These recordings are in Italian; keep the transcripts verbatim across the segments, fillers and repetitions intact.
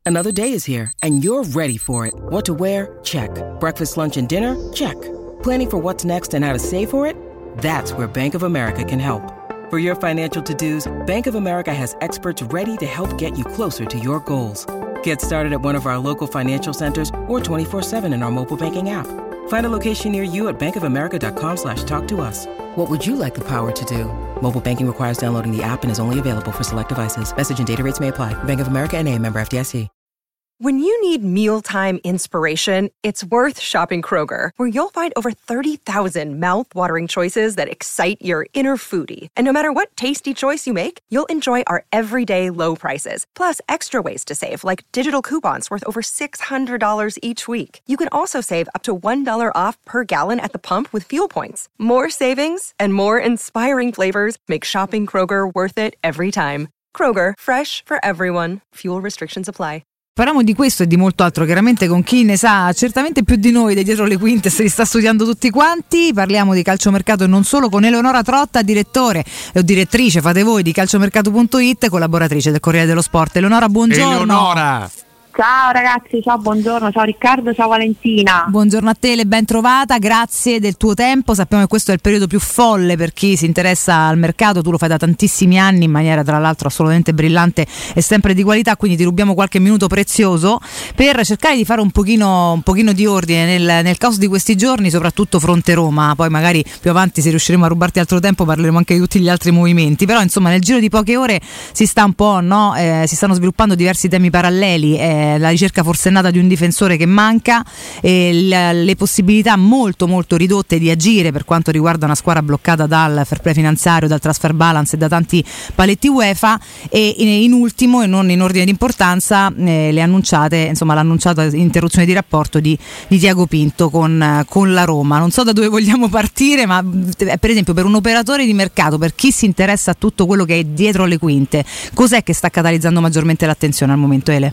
Another day is here, and you're ready for it. What to wear? Check. Breakfast, lunch, and dinner? Check. Planning for what's next and how to save for it? That's where Bank of America can help. For your financial to-dos, Bank of America has experts ready to help get you closer to your goals. Get started at one of our local financial centers or twenty-four seven in our mobile banking app. Find a location near you at bankofamerica.com slash talk to us. What would you like the power to do? Mobile banking requires downloading the app and is only available for select devices. Message and data rates may apply. Bank of America N A, member F D I C. When you need mealtime inspiration, it's worth shopping Kroger, where you'll find over thirty thousand mouth-watering choices that excite your inner foodie. And no matter what tasty choice you make, you'll enjoy our everyday low prices, plus extra ways to save, like digital coupons worth over six hundred dollars each week. You can also save up to one dollar off per gallon at the pump with fuel points. More savings and more inspiring flavors make shopping Kroger worth it every time. Kroger, fresh for everyone. Fuel restrictions apply. Parliamo di questo e di molto altro, chiaramente con chi ne sa certamente più di noi, dei dietro le quinte, se li sta studiando tutti quanti. Parliamo di calciomercato e non solo, con Eleonora Trotta, direttore o direttrice, fate voi, di calciomercato punto it, collaboratrice del Corriere dello Sport. Eleonora, buongiorno. Eleonora! Ciao ragazzi, ciao, buongiorno, ciao Riccardo, ciao Valentina. Buongiorno a te, ben trovata, grazie del tuo tempo. Sappiamo che questo è il periodo più folle per chi si interessa al mercato, tu lo fai da tantissimi anni in maniera tra l'altro assolutamente brillante e sempre di qualità, quindi ti rubiamo qualche minuto prezioso per cercare di fare un pochino, un pochino di ordine nel, nel caos di questi giorni, soprattutto fronte Roma. Poi magari più avanti, se riusciremo a rubarti altro tempo, parleremo anche di tutti gli altri movimenti, però insomma nel giro di poche ore si sta un po', no? Eh, si stanno sviluppando diversi temi paralleli. Eh, la ricerca forsennata di un difensore che manca, e le, le possibilità molto molto ridotte di agire per quanto riguarda una squadra bloccata dal fair play finanziario, dal transfer balance e da tanti paletti UEFA, e in, in ultimo e non in ordine di importanza eh, le annunciate, insomma l'annunciata interruzione di rapporto di, di Tiago Pinto con, con la Roma. Non so da dove vogliamo partire, ma per esempio per un operatore di mercato, per chi si interessa a tutto quello che è dietro le quinte, cos'è che sta catalizzando maggiormente l'attenzione al momento, Ele?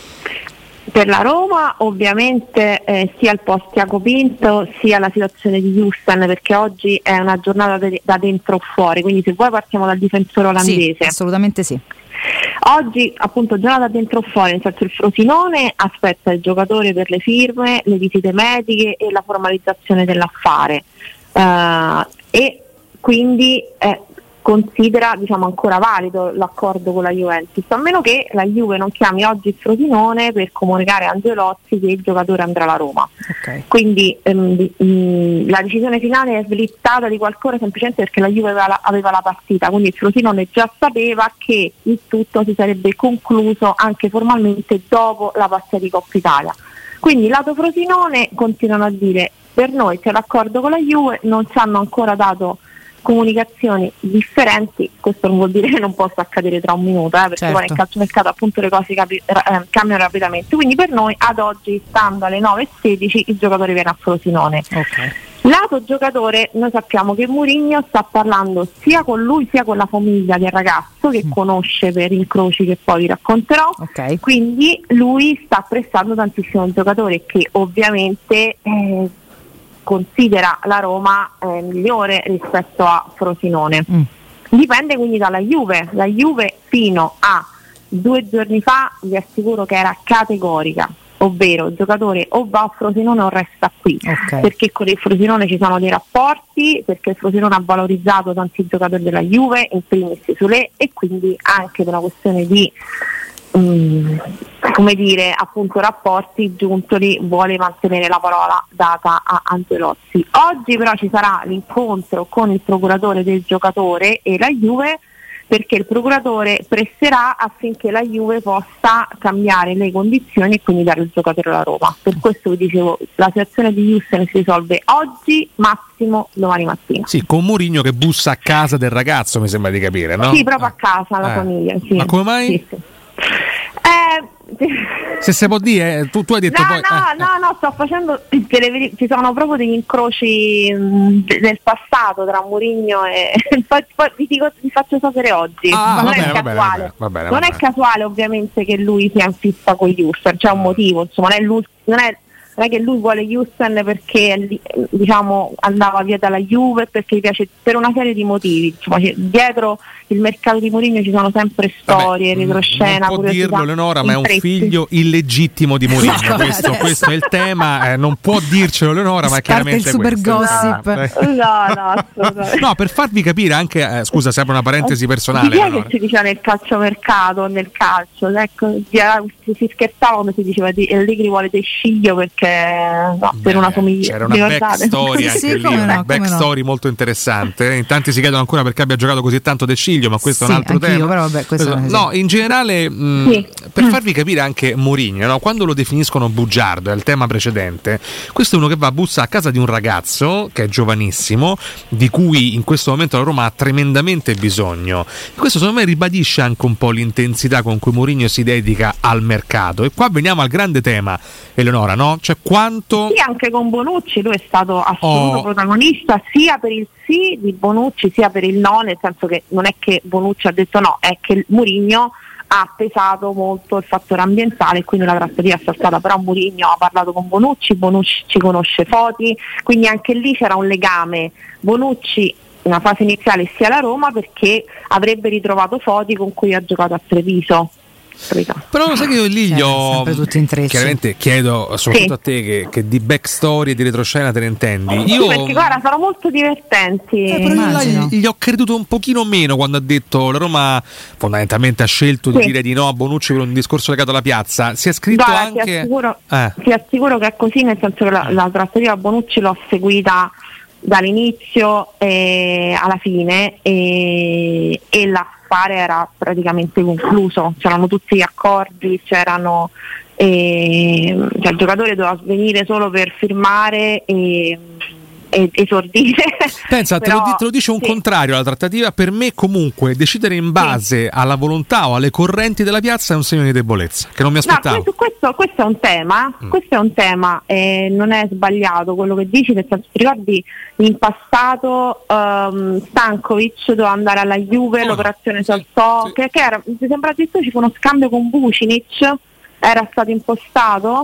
Per la Roma ovviamente eh, sia il post Tiago Pinto sia la situazione di Houston, perché oggi è una giornata de- da dentro o fuori, quindi se vuoi partiamo dal difensore olandese. Sì, assolutamente sì. Oggi appunto giornata da dentro o fuori, nel senso il Frosinone aspetta il giocatore per le firme, le visite mediche e la formalizzazione dell'affare, uh, e quindi eh, considera diciamo ancora valido l'accordo con la Juventus, a meno che la Juve non chiami oggi il Frosinone per comunicare a Angelotti che il giocatore andrà alla Roma. Okay. Quindi ehm, di, mh, la decisione finale è slittata di qualche ora semplicemente perché la Juve aveva la, aveva la partita, quindi il Frosinone già sapeva che il tutto si sarebbe concluso anche formalmente dopo la partita di Coppa Italia. Quindi lato Frosinone continuano a dire: per noi c'è l'accordo con la Juve, non ci hanno ancora dato comunicazioni differenti. Questo non vuol dire che non possa accadere tra un minuto, eh, perché certo. poi nel calciomercato appunto le cose capi- eh, cambiano rapidamente. Quindi per noi ad oggi, stando alle nove e sedici, il giocatore viene a Frosinone. Okay. Lato giocatore, noi sappiamo che Mourinho sta parlando sia con lui sia con la famiglia del ragazzo, che mm. conosce per incroci che poi vi racconterò. Okay. Quindi lui sta prestando tantissimo il giocatore, che ovviamente eh, considera la Roma eh, migliore rispetto a Frosinone. Mm. Dipende quindi dalla Juve. La Juve fino a due giorni fa vi assicuro che era categorica, ovvero il giocatore o va a Frosinone o resta qui, okay. Perché con il Frosinone ci sono dei rapporti, perché il Frosinone ha valorizzato tanti giocatori della Juve, in primis Sule, e quindi anche per una questione di Um, come dire, appunto rapporti, Giuntoli vuole mantenere la parola data a Angelotti. Oggi però ci sarà l'incontro con il procuratore del giocatore e la Juve, perché il procuratore presserà affinché la Juve possa cambiare le condizioni e quindi dare il giocatore alla Roma. Per questo vi dicevo, la situazione di Houston si risolve oggi, massimo domani mattina. Sì, con Mourinho che bussa a casa del ragazzo, mi sembra di capire, no? Sì, proprio a casa, alla eh. famiglia. Sì. Ma come mai? Sì, sì. Eh, se si può dire, eh, tu, tu hai detto no, poi no, eh, no, no, sto facendo delle, ci sono proprio degli incroci mh, del passato tra Mourinho e poi, poi vi, dico, vi faccio sapere oggi. Ah, non va è bene, casuale, va bene, va bene, non va è bene. casuale ovviamente che lui sia in fissa con Houston, c'è un motivo, insomma, non è, lui, non è non è che lui vuole Houston perché diciamo andava via dalla Juve, perché gli piace, per una serie di motivi, insomma, dietro il mercato di Mourinho ci sono sempre storie, Vabbè, retroscena, non può dirlo Leonora, ma è un figlio illegittimo di Mourinho, questo, questo è il tema, eh, non può dircelo Leonora, ma è chiaramente il super questo. gossip. No, no, no, no, per farvi capire anche, eh, scusa, serve una parentesi personale. Chi è che si diceva nel calciomercato, nel calcio, ecco, si scherzava quando si diceva di Allegri vuole De Sciglio perché no, Beh, per una famiglia. C'era una backstory anche sì, lì, no, una backstory no. molto interessante. In tanti si chiedono ancora perché abbia giocato così tanto De Sciglio, ma questo sì, è un altro tema. Però, vabbè, questo questo, no, in generale, mh, sì. per farvi capire anche Mourinho, no? Quando lo definiscono bugiardo, è il tema precedente, questo è uno che va a bussa a casa di un ragazzo che è giovanissimo, di cui in questo momento la Roma ha tremendamente bisogno. Questo secondo me ribadisce anche un po' l'intensità con cui Mourinho si dedica al mercato. E qua veniamo al grande tema, Eleonora, no? Cioè quanto... Sì, anche con Bonucci lui è stato assoluto oh. protagonista sia per il sì di Bonucci sia per il no, nel senso che non è che Bonucci ha detto no, è che Mourinho ha pesato molto il fattore ambientale e quindi la trattativa è saltata, però Mourinho ha parlato con Bonucci, Bonucci ci conosce Foti, quindi anche lì c'era un legame. Bonucci in una fase iniziale sia alla Roma perché avrebbe ritrovato Foti con cui ha giocato a Treviso. Però sai che io lì gli ho chiaramente chiedo soprattutto sì. a te che, che di backstory e di retroscena te ne intendi. Sì, io perché guarda sono molto divertenti. Eh, però io là gli, gli ho creduto un pochino meno quando ha detto la Roma fondamentalmente ha scelto sì. di dire di no a Bonucci per un discorso legato alla piazza. Si è scritto guarda, anche ti assicuro, eh. ti assicuro che è così, nel senso che la, la trattativa a Bonucci l'ho seguita dall'inizio eh, alla fine e, e l'affare era praticamente concluso, c'erano tutti gli accordi, c'erano eh, cioè il giocatore doveva venire solo per firmare e e esordire. Pensa, Però, te, lo, te lo dice un sì. contrario alla trattativa. Per me comunque decidere in base sì. alla volontà o alle correnti della piazza è un segno di debolezza che non mi aspettavo. No, questo, questo, questo è un tema mm. questo è un tema e non è sbagliato quello che dici, nel senso, ti ricordi in passato um, Stankovic doveva andare alla Juve, oh, l'operazione saltò sì. che, che era, mi sembra addirittura ci fu uno scambio con Vucinic, era stato impostato.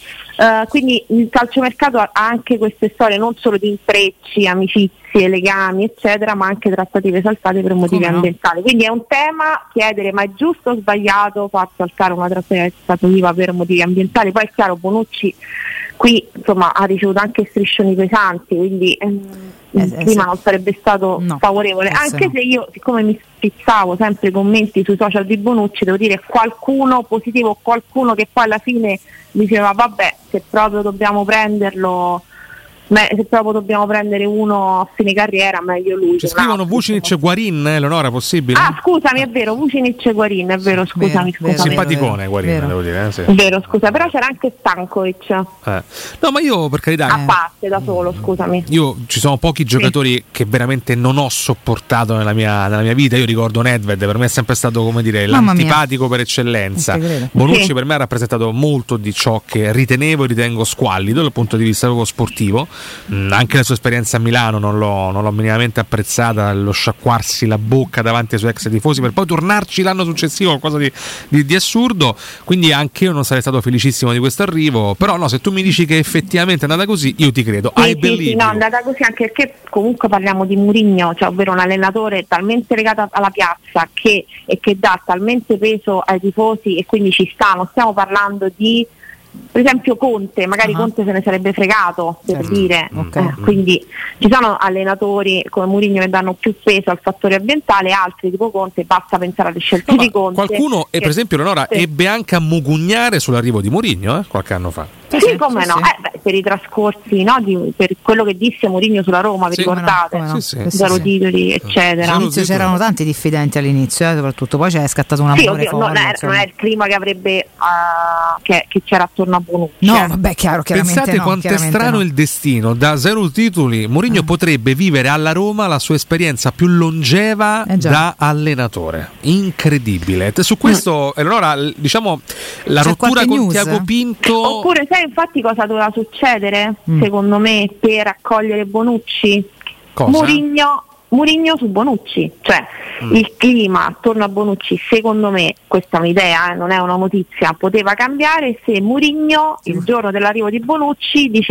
Uh, quindi il calciomercato ha anche queste storie non solo di intrecci, amicizie, legami eccetera, ma anche trattative saltate per motivi Come ambientali no? Quindi è un tema chiedere ma è giusto o sbagliato far saltare una trattativa per motivi ambientali. Poi è chiaro Bonucci qui insomma ha ricevuto anche striscioni pesanti, quindi ehm, il eh, clima eh, non sarebbe stato no, favorevole, anche no. se io siccome mi spizzavo sempre i commenti sui social di Bonucci, devo dire qualcuno positivo, qualcuno che poi alla fine diceva vabbè se proprio dobbiamo prenderlo ma se proprio dobbiamo prendere uno a fine carriera meglio lui. Ci scrivono Vucinic e Guarin, eh, Leonora, possibile? Ah scusami, è vero, Vucinic e Guarin, è vero, scusami, vero, scusami. Simpaticone Guarin, vero. devo dire. Eh, sì. È vero, scusa, però c'era anche Stankovic. Eh. No, ma io per carità... A parte, da solo, scusami. Io ci sono pochi giocatori sì. che veramente non ho sopportato nella mia, nella mia vita. Io ricordo Nedved, per me è sempre stato, come dire, Mamma l'antipatico mia. per eccellenza. Bonucci sì. per me ha rappresentato molto di ciò che ritenevo e ritenevo squallido dal punto di vista proprio sportivo. Mm, anche la sua esperienza a Milano non l'ho, non l'ho minimamente apprezzata, lo sciacquarsi la bocca davanti ai suoi ex tifosi per poi tornarci l'anno successivo, qualcosa di, di, di assurdo, quindi anche io non sarei stato felicissimo di questo arrivo, però no, se tu mi dici che effettivamente è andata così io ti credo. Sì, I sì, believe sì, no, è andata così anche perché comunque parliamo di Mourinho, cioè ovvero un allenatore talmente legato alla piazza che, e che dà talmente peso ai tifosi e quindi ci sta, non stiamo parlando di per esempio Conte, magari uh-huh. Conte se ne sarebbe fregato per certo. dire okay. eh, quindi ci sono allenatori come Mourinho che danno più peso al fattore ambientale, altri tipo Conte basta pensare alle scelte no, di Conte. Qualcuno, che, per esempio Leonora, sì. ebbe anche a mugugnare sull'arrivo di Mourinho eh, qualche anno fa. Sì, sì, come sì, no, sì. Eh, beh, per i trascorsi, no, di, per quello che disse Mourinho sulla Roma, vi sì, ricordate? No, no. Sì, sì. Zero titoli, eccetera. All'inizio c'erano tanti diffidenti all'inizio, eh, soprattutto poi c'è scattato una sì, amore oddio, non, è, non è il clima che avrebbe uh, che, che c'era attorno a Bonucci. No, vabbè, chiaro, chiaramente Pensate no, quanto è strano no. il destino, da zero titoli Mourinho eh. potrebbe vivere alla Roma la sua esperienza più longeva eh da allenatore. Incredibile. Su questo, mm. Eleonora, diciamo la C'è rottura con news? Tiago Pinto. Oppure sai infatti cosa doveva succedere mm. secondo me per accogliere Bonucci? Cosa? Mourinho Mourinho su Bonucci, cioè mm. il clima attorno a Bonucci, secondo me, questa è un'idea, eh, non è una notizia, poteva cambiare se Mourinho il giorno dell'arrivo di Bonucci diceva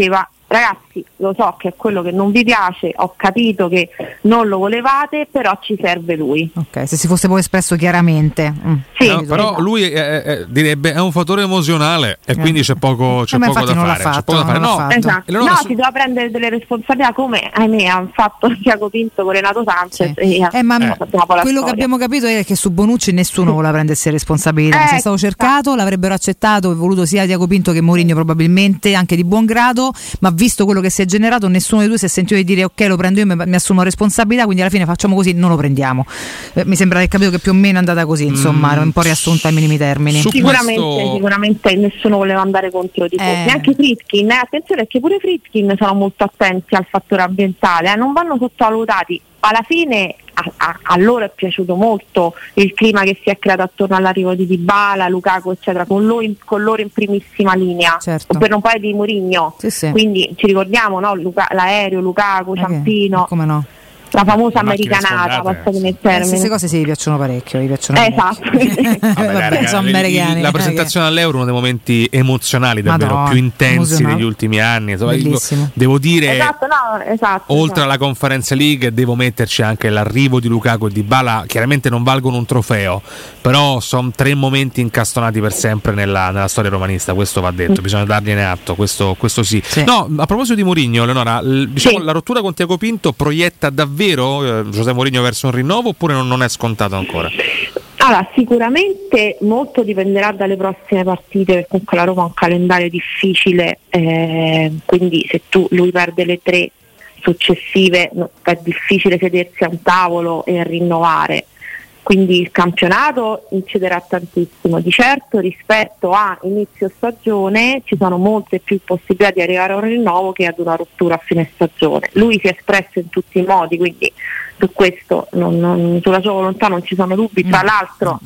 ragazzi, lo so che è quello che non vi piace, ho capito che non lo volevate, però ci serve lui. Ok, se si fosse poi espresso chiaramente. Mm. Sì, no, però esatto. lui è, è, direbbe è un fattore emozionale e eh. quindi c'è poco, c'è eh, poco da fare. Fatto, c'è poco da fare. No, esatto. no no, si doveva prendere delle responsabilità come ahimè ha fatto Tiago Pinto con Renato Sanchez. Sì. E eh, ma eh. quello storia. Che abbiamo capito è che su Bonucci nessuno voleva prendersi responsabilità. Eh, se è stato cercato, l'avrebbero accettato e voluto sia Tiago Pinto che Mourinho probabilmente, anche di buon grado, ma visto quello che si è generato, nessuno dei due si è sentito di dire ok, lo prendo io, mi assumo responsabilità, quindi alla fine facciamo così, non lo prendiamo. Eh, mi sembra che capito che più o meno è andata così, insomma, era un po' riassunta ai minimi termini. Sicuramente, questo... sicuramente nessuno voleva andare contro di eh. neanche Friedkin, eh. attenzione perché pure Friedkin sono molto attenti al fattore ambientale, eh. non vanno sottovalutati. Alla fine a, a, a loro è piaciuto molto il clima che si è creato attorno all'arrivo di Dybala, Lukaku eccetera, con loro in, con loro in primissima linea, certo. per non parlare di Mourinho, sì, sì. quindi ci ricordiamo, no? Luca, l'aereo, Lukaku, okay. Ciampino, come no? La famosa americanata, passatemi il termine. Queste cose sì, mi piacciono parecchio, mi piacciono eh, esatto. Vabbè, Vabbè, raga, sono americani. La presentazione all'Euro è uno dei momenti emozionali davvero Madonna, più intensi degli ultimi anni. Insomma, devo dire, esatto, no, esatto, oltre esatto. alla Conference League, devo metterci anche l'arrivo di Lukaku e Dybala. Chiaramente non valgono un trofeo, però sono tre momenti incastonati per sempre nella, nella storia romanista. Questo va detto, bisogna dargliene atto. Questo, questo sì. sì. No, a proposito di Mourinho, Leonora, l- diciamo sì. la rottura con Tiago Pinto proietta davvero José Mourinho verso un rinnovo oppure non, non è scontato ancora? Allora, sicuramente molto dipenderà dalle prossime partite, perché comunque la Roma ha un calendario difficile, eh, quindi se tu lui perde le tre successive no, è difficile sedersi a un tavolo e rinnovare. Quindi il campionato inciderà tantissimo. Di certo rispetto a inizio stagione ci sono molte più possibilità di arrivare a un rinnovo che ad una rottura a fine stagione. Lui si è espresso in tutti i modi, quindi su questo non, non, sulla sua volontà non ci sono dubbi. Tra l'altro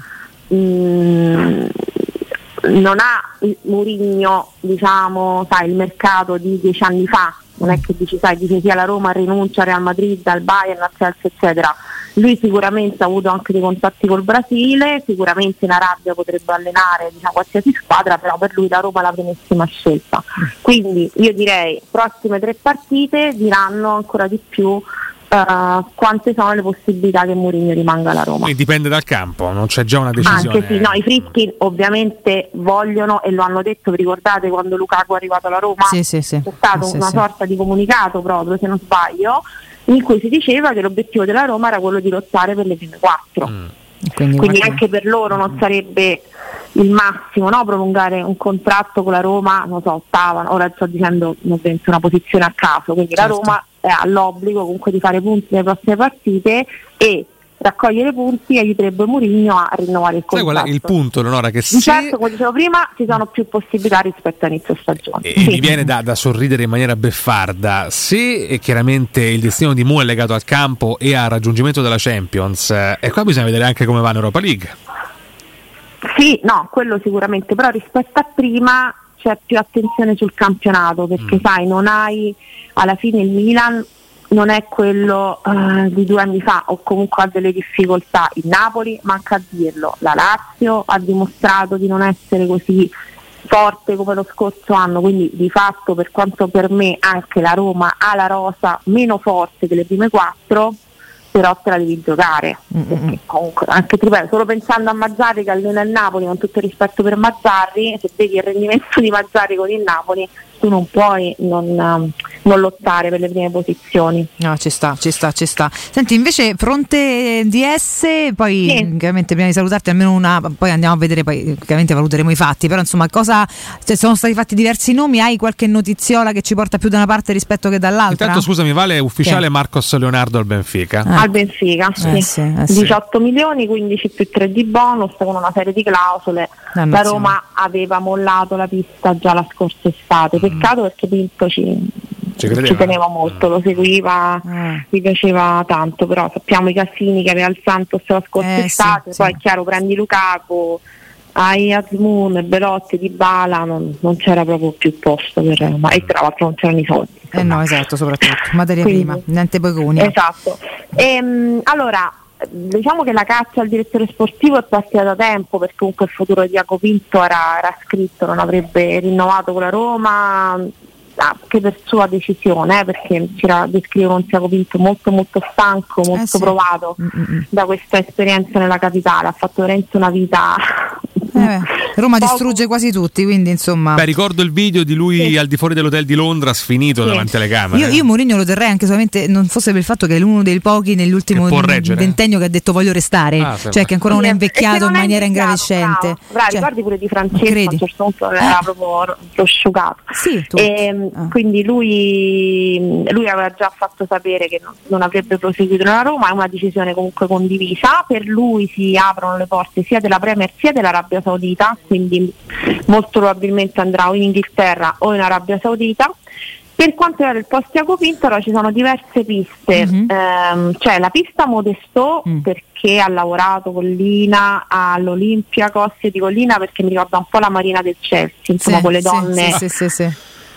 mh, non ha il Mourinho, diciamo, sai, il mercato di dieci anni fa, non è che dici, sai, dice sia la Roma rinuncia al Real Madrid, al Bayern, al Chelsea eccetera. Lui sicuramente ha avuto anche dei contatti col Brasile, sicuramente in Arabia potrebbe allenare, diciamo, qualsiasi squadra, però per lui la Roma è la primissima scelta. Quindi io direi prossime tre partite diranno ancora di più Uh, quante sono le possibilità che Mourinho rimanga alla Roma. E dipende dal campo, non c'è già una decisione. Anche sì, no, i Friedkin ovviamente vogliono e lo hanno detto, vi ricordate quando Lukaku è arrivato alla Roma? Sì, sì, sì. C'è stato sì, una sì. sorta di comunicato proprio, se non sbaglio, in cui si diceva che l'obiettivo della Roma era quello di lottare per le prime quattro. Mm. Quindi, Quindi anche per loro non sarebbe il massimo, no? Prolungare un contratto con la Roma, non so, ottava, ora sto dicendo non penso una posizione a caso, quindi certo. La Roma ha l'obbligo comunque di fare punti nelle prossime partite e raccogliere punti aiuterebbe Mourinho a rinnovare il contratto. Sai qual è il punto, Leonora? Che se... Certo, come dicevo prima, ci sono più possibilità rispetto a inizio stagione. E sì. mi viene da, da sorridere in maniera beffarda. Se chiaramente il destino di Mu è legato al campo e al raggiungimento della Champions, e qua bisogna vedere anche come va in Europa League. Sì, no, quello sicuramente, però rispetto a prima c'è più attenzione sul campionato, perché mm. sai, non hai, alla fine il Milan non è quello uh, di due anni fa, o comunque ha delle difficoltà. Il Napoli manca a dirlo, la Lazio ha dimostrato di non essere così forte come lo scorso anno, quindi di fatto, per quanto per me anche la Roma ha la rosa meno forte delle prime quattro, però te la devi giocare, perché comunque anche tu, solo pensando a Mazzarri che allena il Napoli, con tutto il rispetto per Mazzarri, se vedi il rendimento di Mazzarri con il Napoli tu non puoi non, non lottare per le prime posizioni. No, ci sta, ci sta, ci sta. Senti, invece fronte D S, poi sì. Chiaramente prima di salutarti almeno una, poi andiamo a vedere, poi chiaramente valuteremo i fatti, però insomma cosa, cioè, sono stati fatti diversi nomi, hai qualche notiziola che ci porta più da una parte rispetto che dall'altra? Intanto scusami, vale ufficiale che? Marcos Leonardo al Benfica? Ah. Al Benfica, sì. Eh sì, eh sì. diciotto milioni, quindici più tre di bonus con una serie di clausole. La Roma aveva mollato la pista già la scorsa estate. Peccato perché Pinto ci, ci, ci teneva molto, lo seguiva, mm. gli piaceva tanto, però sappiamo i casini che aveva il Santos la scorsa eh, estate, sì, poi sì. È chiaro, prendi Lukaku, hai Azmoun, Belotti, Dybala, non, non c'era proprio più posto per, ma e tra l'altro non c'erano i soldi. Eh no, esatto, soprattutto materia Quindi, prima, niente pecunia. Esatto. Ehm, allora diciamo che la caccia al direttore sportivo è partita da tempo, perché comunque il futuro di Tiago Pinto era, era scritto, non avrebbe rinnovato con la Roma, anche per sua decisione, eh, perché ci descrive un Tiago Pinto molto molto stanco, molto eh sì. provato Mm-mm. da questa esperienza nella capitale, ha fatto veramente una vita eh Roma poco... distrugge quasi tutti, quindi insomma. Beh, ricordo il video di lui sì. al di fuori dell'hotel di Londra sfinito sì. davanti alle camere. Io, io Mourinho lo terrei anche solamente non fosse per il fatto che è uno dei pochi nell'ultimo ventennio che ha detto voglio restare, ah, cioè che ancora non è invecchiato in maniera ingravescente. Bravo, bravo, cioè, ricordi pure di Francesco, credi? A un certo punto era proprio prosciugato. Sì, e, ah. Quindi lui, lui aveva già fatto sapere che non, non avrebbe proseguito nella Roma, è una decisione comunque condivisa, per lui si aprono le porte sia della Premier sia dell'Arabia Saudita, quindi molto probabilmente andrà o in Inghilterra o in Arabia Saudita. Per quanto riguarda il post Tiago Pinto, allora ci sono diverse piste, mm-hmm. ehm, c'è la pista Modesto mm. perché ha lavorato con Lina all'Olympiacos di Collina, perché mi ricorda un po' la Marina del Chelsea, insomma sì, con le sì, donne sì, sì, sì, sì.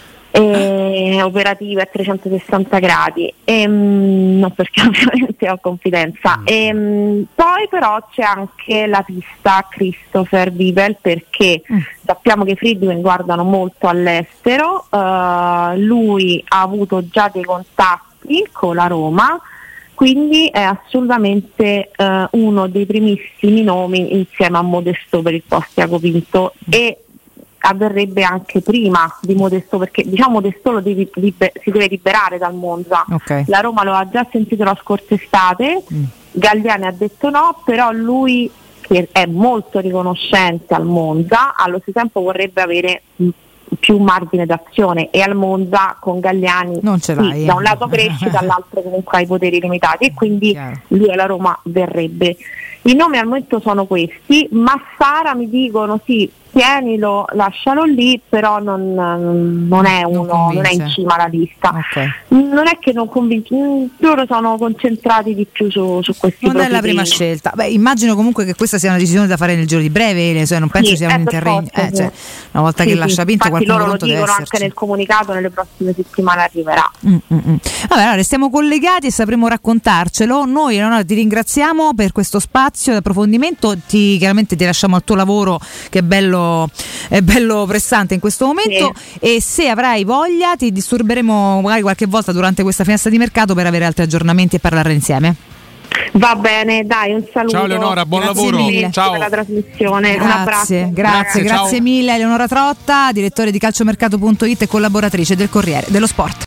E operative a trecentosessanta gradi e, mh, non perché ovviamente ho confidenza mm. e, mh, poi però c'è anche la pista Christopher Wiebel, perché mm. sappiamo che i Friedkin guardano molto all'estero, uh, lui ha avuto già dei contatti con la Roma, quindi è assolutamente uh, uno dei primissimi nomi insieme a Modesto per il post Tiago Pinto mm. e avverrebbe anche prima di Modesto, perché diciamo Modesto lo devi, liber, si deve liberare dal Monza, okay. La Roma lo ha già sentito la scorsa estate, mm. Galliani ha detto no, però lui che è molto riconoscente al Monza allo stesso tempo vorrebbe avere mh, più margine d'azione, e al Monza con Galliani non ce l'hai, sì, da un lato cresci, dall'altro comunque hai poteri limitati, e quindi Chiaro. lui alla Roma verrebbe. I nomi al momento sono questi. Massara mi dicono sì, tienilo, lascialo lì, però non, non è uno, non, non è in cima alla lista. Okay. Non è che non convince, loro sono concentrati di più su, su questi non profili. è la prima scelta. Beh, immagino comunque che questa sia una decisione da fare nel giro di breve, cioè non penso sì, sia un interregno. Forza, Eh, sì. cioè, una volta sì, che sì. lascia Pinto, Infatti qualcuno loro lo dicono anche nel comunicato, nelle prossime settimane arriverà. Mm, mm, mm. Vabbè, allora restiamo collegati e sapremo raccontarcelo. Noi allora, ti ringraziamo per questo spazio di approfondimento, ti, chiaramente ti lasciamo al tuo lavoro che è bello, è bello pressante in questo momento, sì. E se avrai voglia ti disturberemo magari qualche volta durante questa finestra di mercato per avere altri aggiornamenti e parlare insieme. Va bene, dai, un saluto. Ciao Leonora, buon grazie lavoro. Mille. Ciao per la trasmissione. Grazie, un abbraccio. Grazie, grazie, grazie mille Eleonora Trotta, direttore di calciomercato punto it e collaboratrice del Corriere dello Sport.